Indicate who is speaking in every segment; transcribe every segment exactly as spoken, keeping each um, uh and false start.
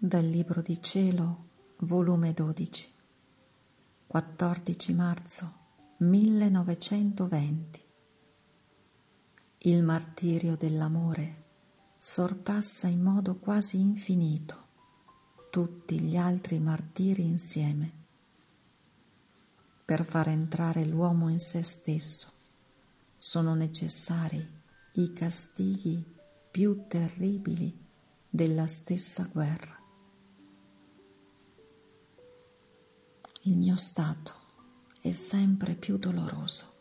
Speaker 1: Dal Libro di Cielo, volume dodici, quattordici marzo millenovecentoventi. Il martirio dell'amore sorpassa in modo quasi infinito tutti gli altri martiri insieme. Per far entrare l'uomo in se stesso sono necessari i castighi più terribili della stessa guerra. Il mio stato è sempre più doloroso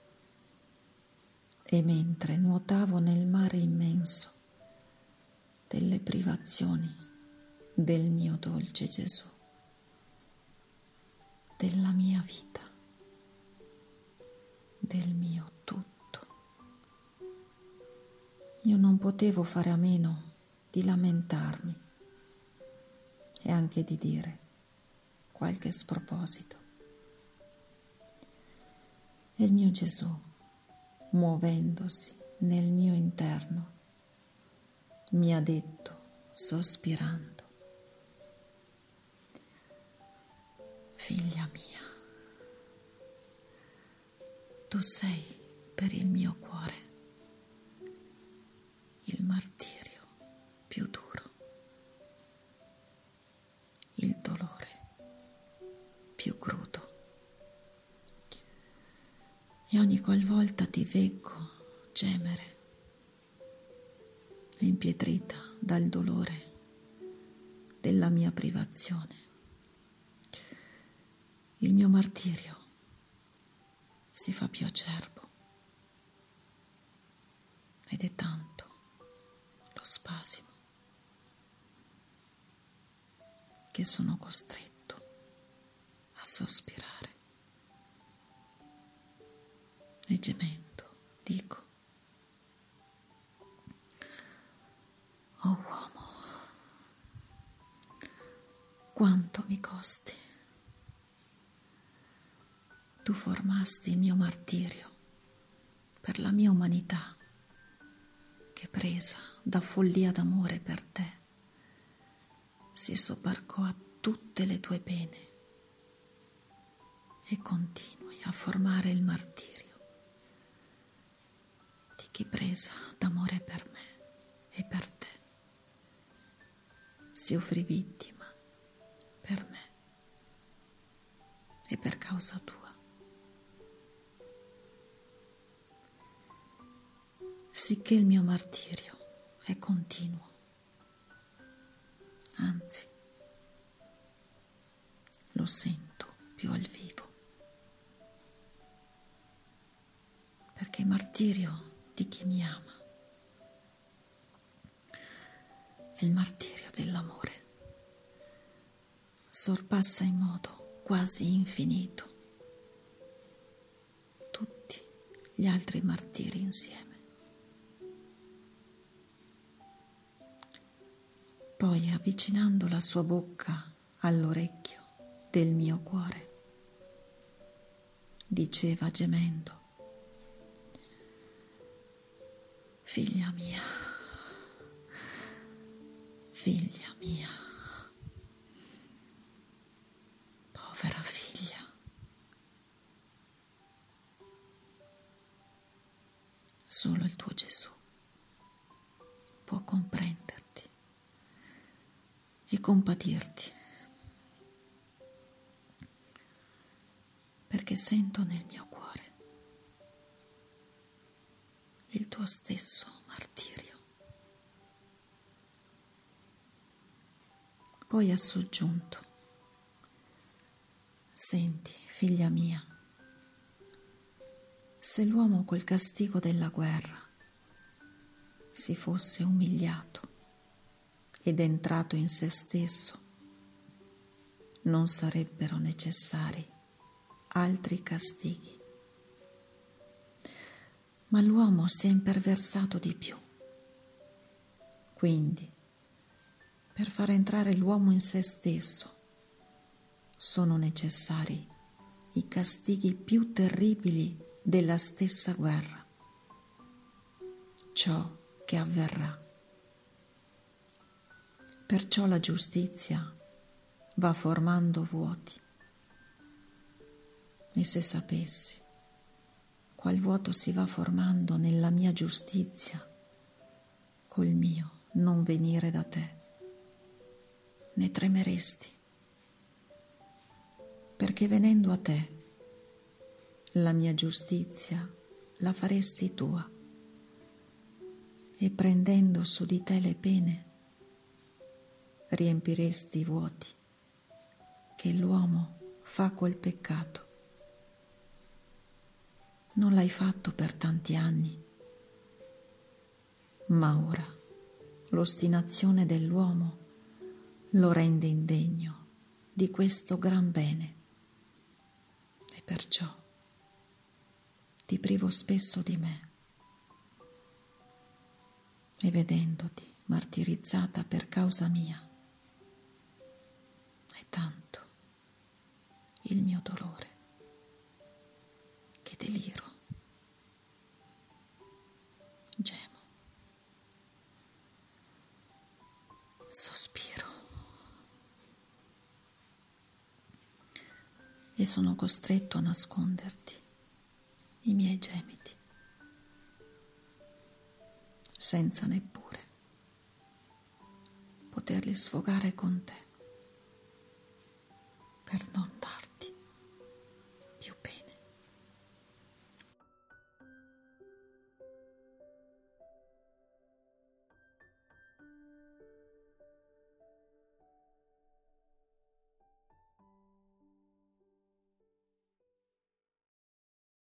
Speaker 1: e mentre nuotavo nel mare immenso delle privazioni del mio dolce Gesù, della mia vita, del mio tutto, io non potevo fare a meno di lamentarmi e anche di dire qualche sproposito. E il mio Gesù, muovendosi nel mio interno, mi ha detto, sospirando: figlia mia, tu sei per il mio cuore il martirio più duro, il dolore più crudo. E ogni qualvolta ti veggo gemere, impietrita dal dolore della mia privazione, il mio martirio si fa più acerbo ed è tanto lo spasimo che sono costretto a sospirare e gemendo dico: oh uomo, quanto mi costi. Tu formasti il mio martirio per la mia umanità, che presa da follia d'amore per te si sobbarcò a tutte le tue pene, e continui a formare il martirio di chi presa d'amore per me e per te si offrì vittima per me e per causa tua. Sicché il mio martirio è continuo, anzi lo sento più al vivo, perché martirio di chi mi ama è il martirio dell'amore, sorpassa in modo quasi infinito tutti gli altri martiri insieme. Poi, avvicinando la sua bocca all'orecchio del mio cuore, diceva gemendo: figlia mia, figlia mia, povera figlia, solo il tuo Gesù può comprenderti e compatirti, perché sento nel mio cuore il tuo stesso martirio. Poi ha soggiunto: senti, figlia mia, se l'uomo col castigo della guerra si fosse umiliato ed entrato in se stesso, non sarebbero necessari altri castighi. Ma l'uomo si è imperversato di più. Quindi, per far entrare l'uomo in se stesso, sono necessari i castighi più terribili della stessa guerra. Ciò che avverrà Perciò la giustizia va formando vuoti. E se sapessi qual vuoto si va formando nella mia giustizia, col mio non venire da te, ne tremeresti, perché venendo a te, la mia giustizia la faresti tua, e prendendo su di te le pene, riempiresti i vuoti che l'uomo fa col peccato. Non l'hai fatto per tanti anni, ma ora l'ostinazione dell'uomo lo rende indegno di questo gran bene, e perciò ti privo spesso di me, e vedendoti martirizzata per causa mia, è tanto il mio dolore che deliro, gemo, sospiro e sono costretto a nasconderti i miei gemiti, senza neppure poterli sfogare con te, per non darti più pena.